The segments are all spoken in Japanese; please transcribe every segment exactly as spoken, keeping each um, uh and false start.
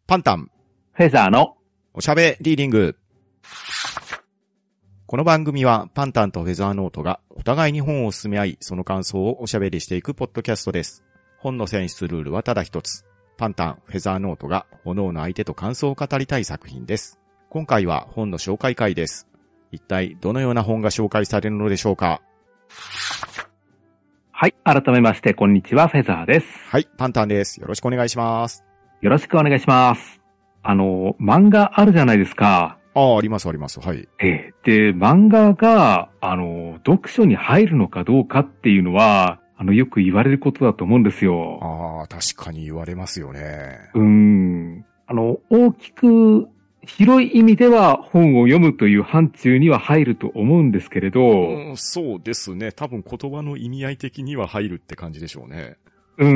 パンタン、 フェザーのおしゃべリーディング。この番組はパンタンとフェザーノートがお互いに本を進め合い、その感想をおしゃべりしていくポッドキャストです。本の選出ルールはただ一つ。パンタン、フェザーノートが各々相手と感想を語りたい作品です。今回は本の紹介会です。一体どのような本が紹介されるのでしょうか。 はい、改めましてこんにちは、フェザーです。 はい、パンタンです。よろしくお願いします。 よろしくお願いします。あの、漫画あるじゃないですか。 ああ、ありますあります。はい。 ええ。で、漫画が、あの、読書に入るのかどうかっていうのは、あの、よく言われることだと思うんですよ。 ああ、確かに言われますよね。 うーん。あの、大きく、広い意味では本を読むという範疇には入ると思うんですけれど。 うん、そうですね。多分言葉の意味合い的には入るって感じでしょうね。 うん。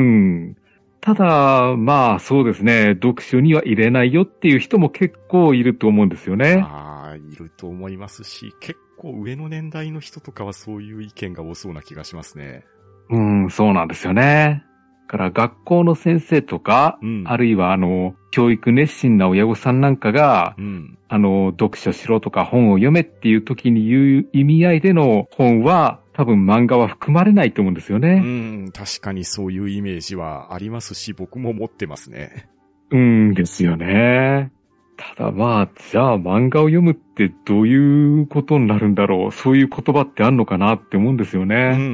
ただ、まあそうですね、読書には入れないよっていう人も結構いると思うんですよね。 ああ、いると思いますし、結構上の年代の人とかはそういう意見が多そうな気がしますね。 うん、そうなんですよね。だから学校の先生とか、うん、あるいはあの、教育熱心な親御さんなんかが、うん、あの、読書しろとか本を読めっていう時に言う意味合いでの本は、多分漫画は含まれないと思うんですよね。 うん、確かにそういうイメージはありますし、僕も持ってますね。 うんですよね。ただまあ、じゃあ漫画を読むってどういうことになるんだろう。そういう言葉ってあんのかなって思うんですよね。うんうんうん、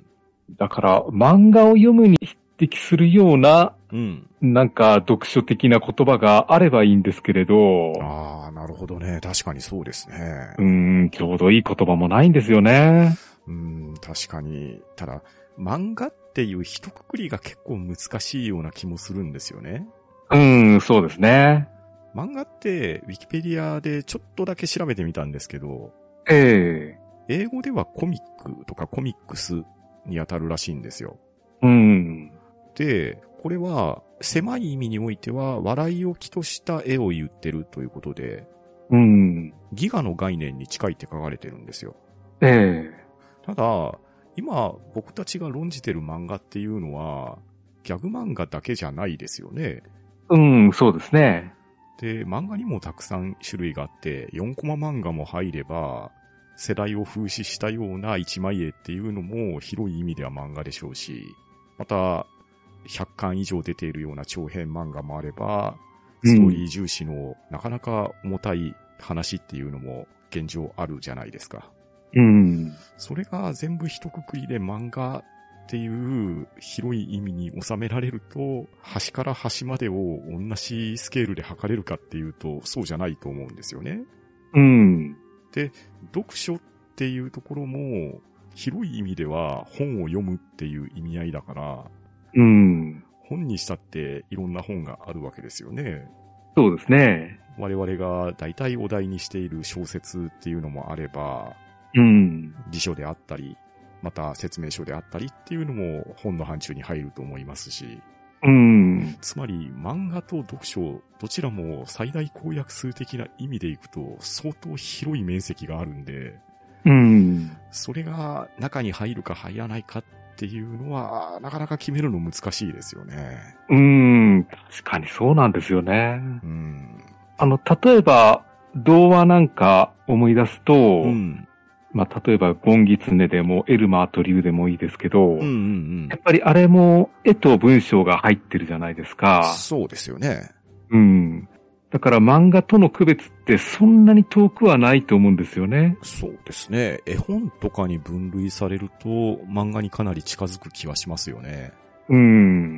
だから漫画を読むに匹敵するような、うん、なんか読書的な言葉があればいいんですけれど。 ああ、なるほどね。確かにそうですね。 うーん、ちょうどいい言葉もないんですよね。 うん、確かに。ただ、漫画っていう一括りが結構難しいような気もするんですよね。 うん、そうですね。 漫画って、ウィキペディアでちょっとだけ調べてみたんですけど、 ええー、英語ではコミックとかコミックスに当たるらしいんですよ。 うん。 で、これは狭い意味においては笑いを起とした絵を言ってるということで、 うん。 ギガの概念に近いって書かれてるんですよ。 ええ。 ただ、今僕たちが論じてる漫画っていうのは、ギャグ漫画だけじゃないですよね。 うん、そうですね。 で、漫画にもたくさん種類があって、よんコマ漫画も入れば、世代を風刺したような一枚絵っていうのも広い意味では漫画でしょうし、また、ひゃっかん以上出ているような長編漫画もあれば、ストーリー重視のなかなか重たい話っていうのも現状あるじゃないですか。 うん。 それが全部一括りで漫画っていう広い意味に収められると、端から端までを同じスケールで測れるかっていうと、そうじゃないと思うんですよね。 うん。 で、読書っていうところも、広い意味では本を読むっていう意味合いだから、 うん。 本にしたっていろんな本があるわけですよね。 そうですね。 我々が大体お題にしている小説っていうのもあれば、 うん。 辞書であったり、また説明書であったりっていうのも本の範疇に入ると思いますし、 うん。 つまり漫画と読書、どちらも最大公約数的な意味でいくと相当広い面積があるんで、 うん。 それが中に入るか入らないかっていうのはなかなか決めるの難しいですよね。 うん。確かにそうなんですよね。 うん。 あの、例えば、童話なんか思い出すと、うん、まあ、例えば、ゴンギツネでも、エルマーとリュウでもいいですけど、うんうんうん、やっぱりあれも、絵と文章が入ってるじゃないですか。 そうですよね。 うん。だから漫画との区別ってそんなに遠くはないと思うんですよね。 そうですね。絵本とかに分類されると、漫画にかなり近づく気はしますよね。 うん。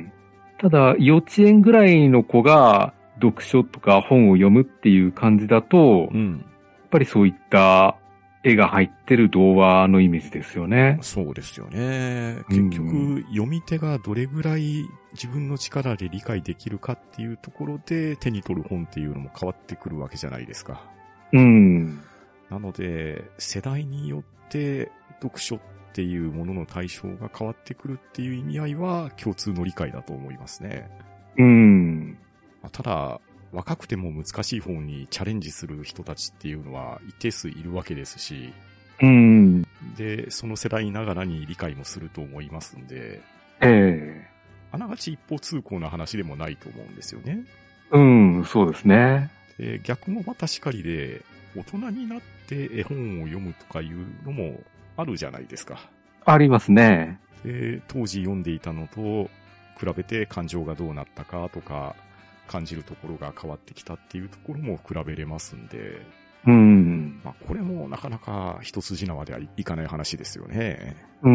ただ、幼稚園ぐらいの子が、読書とか本を読むっていう感じだと、うん、やっぱりそういった絵が入ってる童話のイメージですよね。 そうですよね。結局、うん、読み手がどれぐらい自分の力で理解できるかっていうところで手に取る本っていうのも変わってくるわけじゃないですか。 うん。 なので、世代によって読書っていうものの対象が変わってくるっていう意味合いは共通の理解だと思いますね。 うん。 ただ、若くても難しい方にチャレンジする人たちっていうのは一定数いるわけですし、 うん。 で、その世代ながらに理解もすると思いますんで、 ええ。 あながち一方通行な話でもないと思うんですよね。 うん、そうですね。 で、逆もまたしかりで、大人になって絵本を読むとかいうのもあるじゃないですか。 ありますね。 で、当時読んでいたのと比べて感情がどうなったかとか、感じるところが変わってきたっていうところも比べれますんで、 うん。 まあ、これもなかなか一筋縄ではいかない話ですよね。 うん、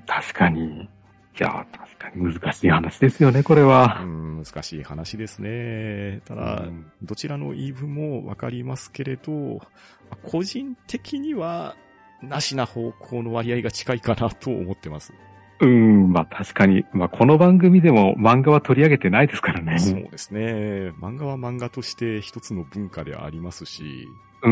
確かに。いや、確かに難しい話ですよね、これは。 うん、難しい話ですね。ただ、うん、どちらの言い分もわかりますけれど、個人的には、なしな方向の割合が近いかなと思ってます。 うん、まあ確かに。まあこの番組でも漫画は取り上げてないですからね。 そうですね。漫画は漫画として一つの文化でありますし、 うん。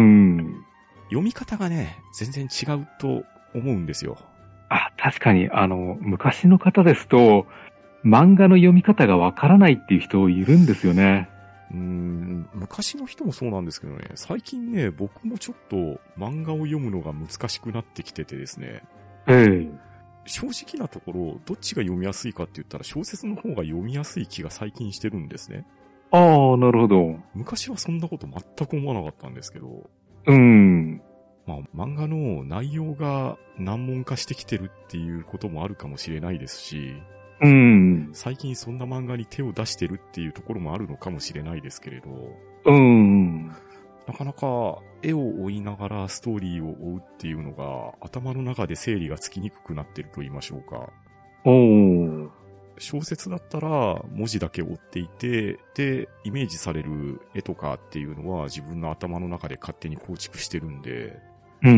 読み方がね、全然違うと思うんですよ。 あ、確かに、あの、昔の方ですと、漫画の読み方がわからないっていう人いるんですよね。 うーん、昔の人もそうなんですけどね、最近ね、僕もちょっと漫画を読むのが難しくなってきててですね。 ええ。 正直なところ、どっちが読みやすいかって言ったら小説の方が読みやすい気が最近してるんですね。 ああ、なるほど。 昔はそんなこと全く思わなかったんですけど。 うん。 まあ、漫画の内容が難問化してきてるっていうこともあるかもしれないですし、 うん。 最近そんな漫画に手を出してるっていうところもあるのかもしれないですけれど、 うん。 なかなか絵を追いながらストーリーを追うっていうのが頭の中で整理がつきにくくなってると言いましょうか。 おー。 小説だったら文字だけ追っていて、で、イメージされる絵とかっていうのは自分の頭の中で勝手に構築してるんで、 うん。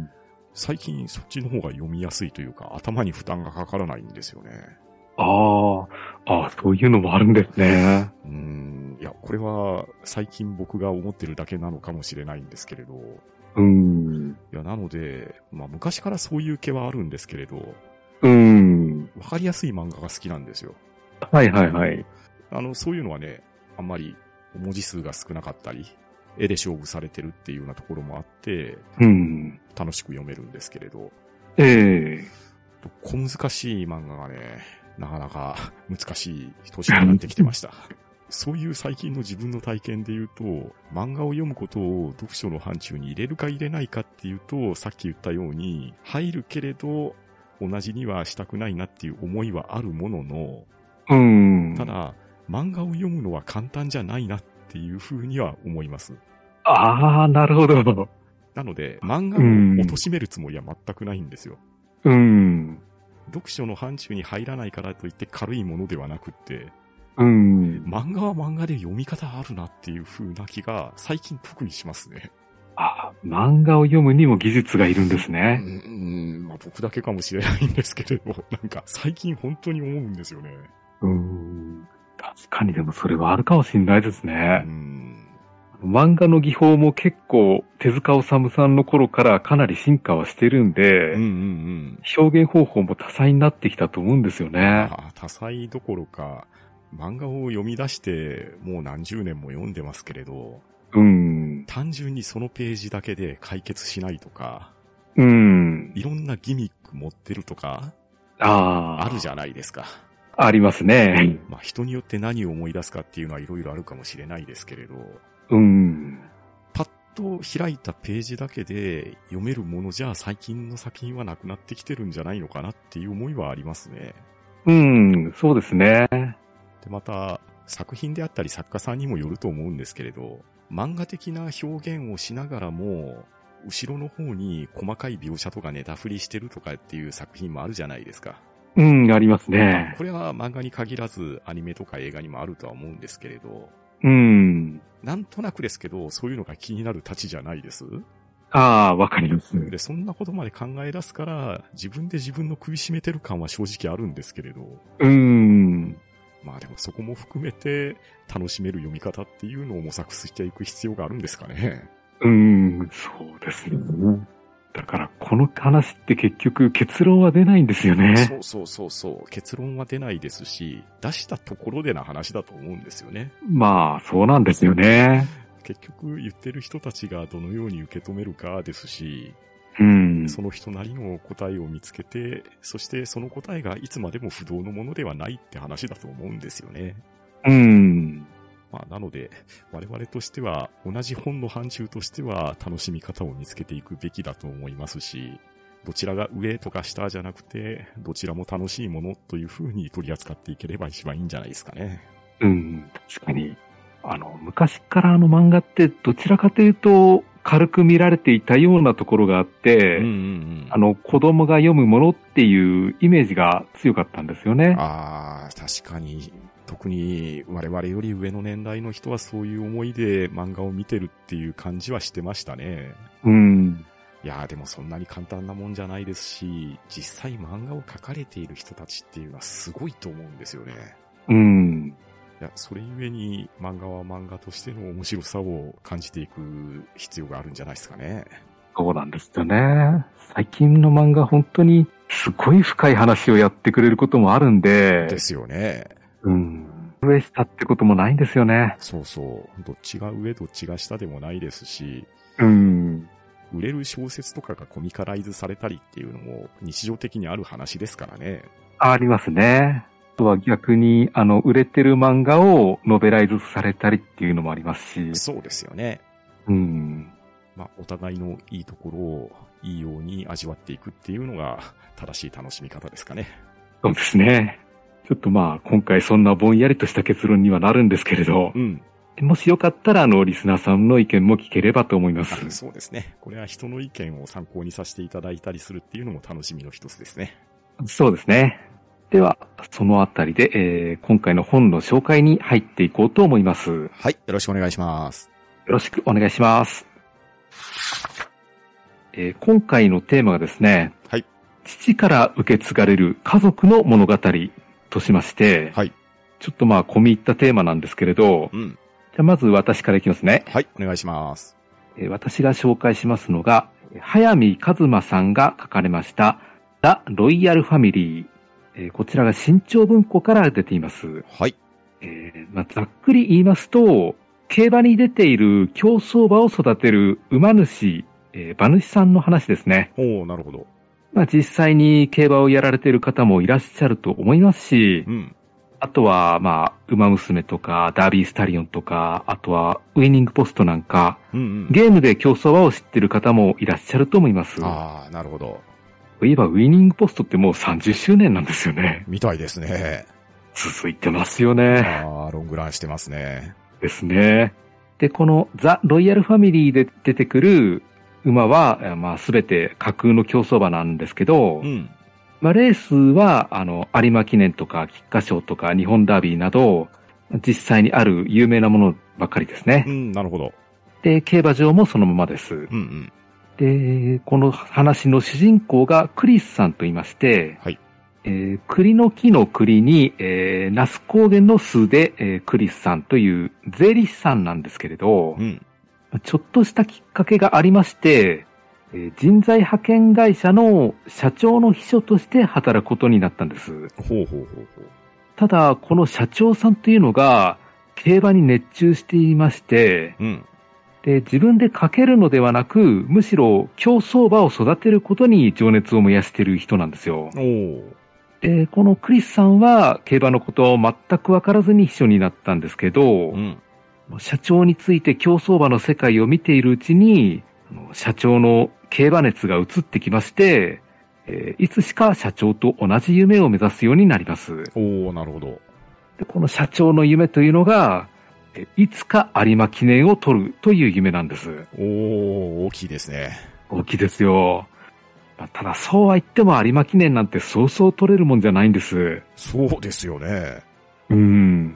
最近そっちの方が読みやすいというか頭に負担がかからないんですよね。 ああ、ああ、そういうのもあるんですね。 うーん、いや、これは最近僕が思ってるだけなのかもしれないんですけれど。 うん。 いや、なので、まあ昔からそういう気はあるんですけれど、 うん。 わかりやすい漫画が好きなんですよ。 はいはいはい。 あの、そういうのはね、あんまり文字数が少なかったり、絵で勝負されてるっていうようなところもあって、 うん。 楽しく読めるんですけれど。 ええー。小難しい漫画がね、なかなか難しい年になってきてました。そういう最近の自分の体験で言うと、漫画を読むことを読書の範疇に入れるか入れないかっていうと、さっき言ったように、入るけれど、同じにはしたくないなっていう思いはあるものの、 うん。 ただ、漫画を読むのは簡単じゃないなっていうふうには思います。 ああ、なるほど。 なので、漫画を貶めるつもりは全くないんですよ。 うん。 読書の範疇に入らないからといって軽いものではなくって、 うん。 漫画は漫画で読み方あるなっていう風な気が最近特にしますね。 あ、漫画を読むにも技術がいるんですね。 うん、うん、まあ僕だけかもしれないんですけれど、なんか最近本当に思うんですよね。 うん。確かにでもそれはあるかもしれないですね。 うん。 漫画の技法も結構手塚治虫さんの頃からかなり進化はしてるんで、 うんうんうん、 表現方法も多彩になってきたと思うんですよね。 あ、多彩どころか、漫画を読み出してもう何十年も読んでますけれど、 うん。 単純にそのページだけで解決しないとか、 うん。 いろんなギミック持ってるとか、 ああ。 あるじゃないですか。 ありますね。 まあ人によって何を思い出すかっていうのはいろいろあるかもしれないですけれど、 うん。 パッと開いたページだけで読めるものじゃ最近の作品はなくなってきてるんじゃないのかなっていう思いはありますね。 うん、そうですね。 で、また作品であったり作家さんにもよると思うんですけれど、漫画的な表現をしながらも、後ろの方に細かい描写とかネタ振りしてるとかっていう作品もあるじゃないですか。 うん、ありますね。 これは漫画に限らずアニメとか映画にもあるとは思うんですけれど、 うん。 なんとなくですけど、そういうのが気になるたちじゃないです。 ああ、わかります。 で、そんなことまで考え出すから、自分で自分の首絞めてる感は正直あるんですけれど。 うーん。 まあでもそこも含めて楽しめる読み方っていうのを模索していく必要があるんですかね。 うーん、そうですね。だからこの話って結局結論は出ないんですよね。 そうそうそうそう。結論は出ないですし、出したところでな話だと思うんですよね。 まあ、そうなんですよね。 結局言ってる人たちがどのように受け止めるかですし、 うん、 その人なりの答えを見つけて、そしてその答えがいつまでも不動のものではないって話だと思うんですよね。 うん。 まあ、なので、我々としては、同じ本の範疇としては、楽しみ方を見つけていくべきだと思いますし、どちらが上とか下じゃなくて、どちらも楽しいものという風に取り扱っていければ一番いいんじゃないですかね。 うん、確かに。あの、昔からあの漫画ってどちらかというと、軽く見られていたようなところがあって、うんうんうん、あの、子供が読むものっていうイメージが強かったんですよね。 ああ、確かに。特に我々より上の年代の人はそういう思いで漫画を見てるっていう感じはしてましたね。 うん。 いやーでもそんなに簡単なもんじゃないですし、実際漫画を描かれている人たちっていうのはすごいと思うんですよね。 うん。 いや、それゆえに漫画は漫画としての面白さを感じていく必要があるんじゃないですかね。 そうなんですよね。最近の漫画本当にすごい深い話をやってくれることもあるんで。 ですよね。 うん。上下ってこともないんですよね。 そうそう。どっちが上どっちが下でもないですし。 うん。 売れる小説とかがコミカライズされたりっていうのも日常的にある話ですからね。 ありますね。あとは逆に、あの、売れてる漫画をノベライズされたりっていうのもありますし。 そうですよね。 うん。 まあ、お互いのいいところをいいように味わっていくっていうのが正しい楽しみ方ですかね。 そうですね。ちょっとまあ、今回そんなぼんやりとした結論にはなるんですけれど。 うん。 もしよかったら、あの、リスナーさんの意見も聞ければと思います。 そうですね。これは人の意見を参考にさせていただいたりするっていうのも楽しみの一つですね。 そうですね。では、そのあたりで、えー、今回の本の紹介に入っていこうと思います。 はい。よろしくお願いします。 よろしくお願いします。えー、今回のテーマがですね、 はい。 父から受け継がれる家族の物語としまして、 はい。 ちょっとまあ、込み入ったテーマなんですけれど、 うん。 じゃあまず私からいきますね。 はい、お願いします。 えー、私が紹介しますのが、早見和馬さんが書かれました、ザ・ロイヤルファミリー。えー、こちらが新潮文庫から出ています。 はい。 えーまあ、ざっくり言いますと、競馬に出ている競走馬を育てる馬主、えー、馬主さんの話ですね。 おー、なるほど。 まあ、実際に競馬をやられている方もいらっしゃると思いますし、 うん、 あとは、まあ、馬娘とか、ダービースタリオンとか、あとは、ウィニングポストなんか、 うんうん、 ゲームで競走馬を知っている方もいらっしゃると思います。 ああ、なるほど。 といえば、ウィニングポストってもうさんじゅっしゅうねんなんですよね。 みたいですね。 続いてますよね。 ああ、ロングランしてますね。 ですね。で、このザ・ロイヤルファミリーで出てくる馬は、まあ、すべて架空の競走馬なんですけど、 うん。 まあ、レースは、あの、有馬記念とか、菊花賞とか、日本ダービーなど、実際にある有名なものばっかりですね。 うん、なるほど。 で、競馬場もそのままです。 うんうん。 で、この話の主人公がクリスさんと言いまして、 はい。 えー、栗の木の栗に、えー、那須高原の巣で、えー、クリスさんという税理士さんなんですけれど、 うん。 ちょっとしたきっかけがありまして、えー、人材派遣会社の社長の秘書として働くことになったんです。ほうほうほうほう。 ただ、この社長さんというのが、競馬に熱中していまして、 うん。 で、自分でかけるのではなく、むしろ競走馬を育てることに情熱を燃やしている人なんですよ。 おー。 で、このクリスさんは競馬のことを全くわからずに秘書になったんですけど、 うん、 社長について競走馬の世界を見ているうちに、社長の競馬熱が移ってきまして、えー、いつしか社長と同じ夢を目指すようになります。 おー、なるほど。 で、この社長の夢というのが、いつか有馬記念を取るという夢なんです。 おー、大きいですね。 大きいですよ。ただそうは言っても有馬記念なんてそうそう取れるもんじゃないんです。 そうですよね。 うん。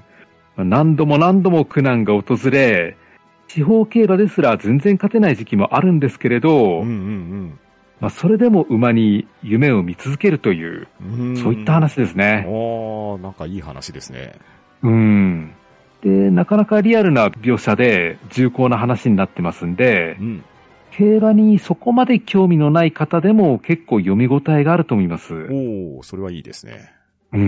何度も何度も苦難が訪れ、地方競馬ですら全然勝てない時期もあるんですけれど、うんうんうんまあ、それでも馬に夢を見続けるという、うそういった話ですね。 ああ、なんかいい話ですね。 うん。で、なかなかリアルな描写で重厚な話になってますんで、うん、競馬にそこまで興味のない方でも結構読み応えがあると思います。 おー、それはいいですね。 うん。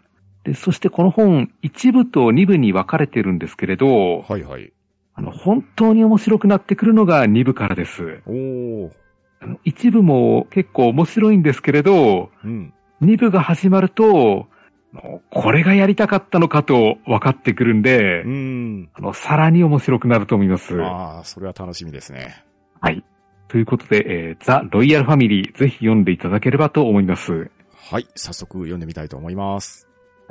で、そしてこの本、一部と二部に分かれてるんですけれど、 はいはい。 あの、本当に面白くなってくるのが二部からです。 おー。 あの一部も結構面白いんですけれど、うん、二部が始まると、 これがやりたかったのかと分かってくるんで、 うん。 あの、さらに面白くなると思います。 ああ、それは楽しみですね。 はい。ということで、えー、ザ・ロイヤルファミリー、ぜひ読んでいただければと思います。 はい。早速読んでみたいと思います。 はい。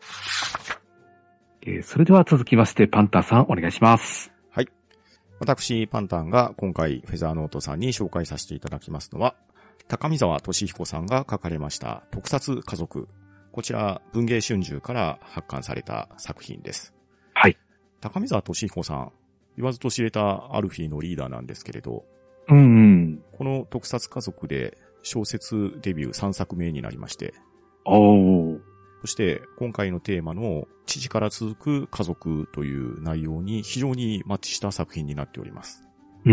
えー、それでは続きまして、パンタンさんお願いします。 はい。私、パンタンが今回、フェザーノートさんに紹介させていただきますのは、高見沢俊彦さんが書かれました特撮家族。こちら、文藝春秋から発刊された作品です。 はい。 高見沢俊彦さん、言わずと知れたアルフィーのリーダーなんですけれど、 うんうん。 この特撮家族で小説デビューさんさくめになりまして、 おー。 そして今回のテーマの父から続く家族という内容に非常にマッチした作品になっております。 うん。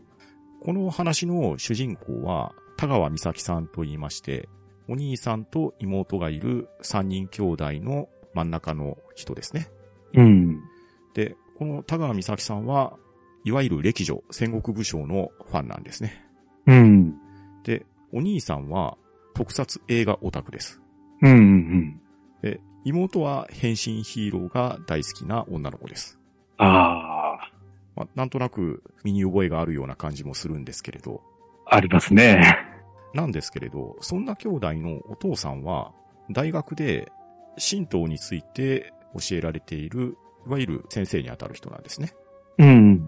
この話の主人公は田川美咲さんと言いまして、お兄さんと妹がいるさんにん兄弟の真ん中の人ですね。 うん。 で、この田川美咲さんは、いわゆる歴女、戦国武将のファンなんですね。 うん。 で、お兄さんは特撮映画オタクです。 うんうん。 で、妹は変身ヒーローが大好きな女の子です。 ああ。 まあ、なんとなく身に覚えがあるような感じもするんですけれど。 ありますね。 なんですけれど、そんな兄弟のお父さんは、大学で神道について教えられている、いわゆる先生にあたる人なんですね。 うん。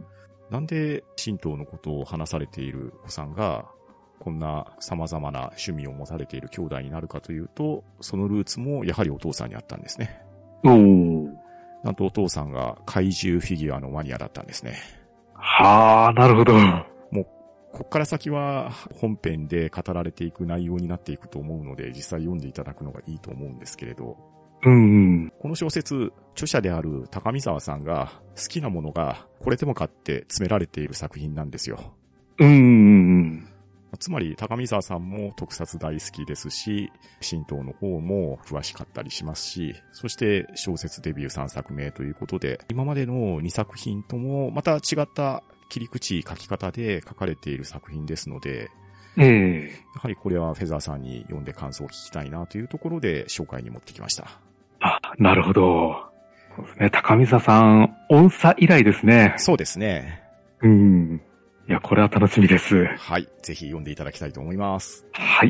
なんで神道のことを話されているお子さんが、こんな様々な趣味を持たれている兄弟になるかというと、そのルーツもやはりお父さんにあったんですね。 おー。 なんとお父さんが怪獣フィギュアのマニアだったんですね。 はあ、なるほど。 もう、こっから先は本編で語られていく内容になっていくと思うので、実際読んでいただくのがいいと思うんですけれど。 うんうん。 この小説、著者である高見沢さんが好きなものがこれでもかって詰められている作品なんですよ。 うんうんうん。 つまり高見沢さんも特撮大好きですし、神道の方も詳しかったりしますし、そして小説デビューさんさくめということで、今までのにさく品ともまた違った切り口書き方で書かれている作品ですので、 ええ。 やはりこれはフェザーさんに読んで感想を聞きたいなというところで紹介に持ってきました。 あ、なるほど。そうですね。高見沢さん、音差以来ですね。 そうですね。 うん。いや、これは楽しみです。 はい。ぜひ読んでいただきたいと思います。 はい。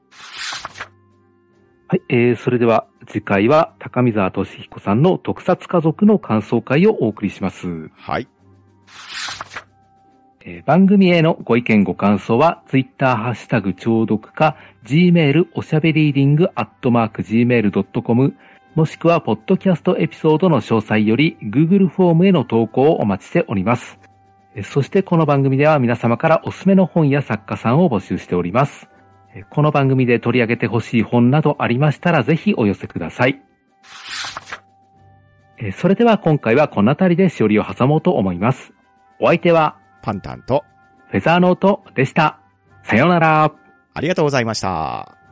はい。えー、それでは次回は高見沢俊彦さんの特撮家族の感想会をお送りします。 はい。 えー、番組へのご意見ご感想は、ツイッターハッシュタグ聴読か、Gmail おしゃべりーディングアットマーク ジーメールドットコム、もしくは、ポッドキャストエピソードの詳細より、Google フォームへの投稿をお待ちしております。そして、この番組では皆様からおすすめの本や作家さんを募集しております。この番組で取り上げてほしい本などありましたら、ぜひお寄せください。それでは今回はこのあたりでしおりを挟もうと思います。お相手は、 パンタンとフェザーノートでした。さようなら。 ありがとうございました。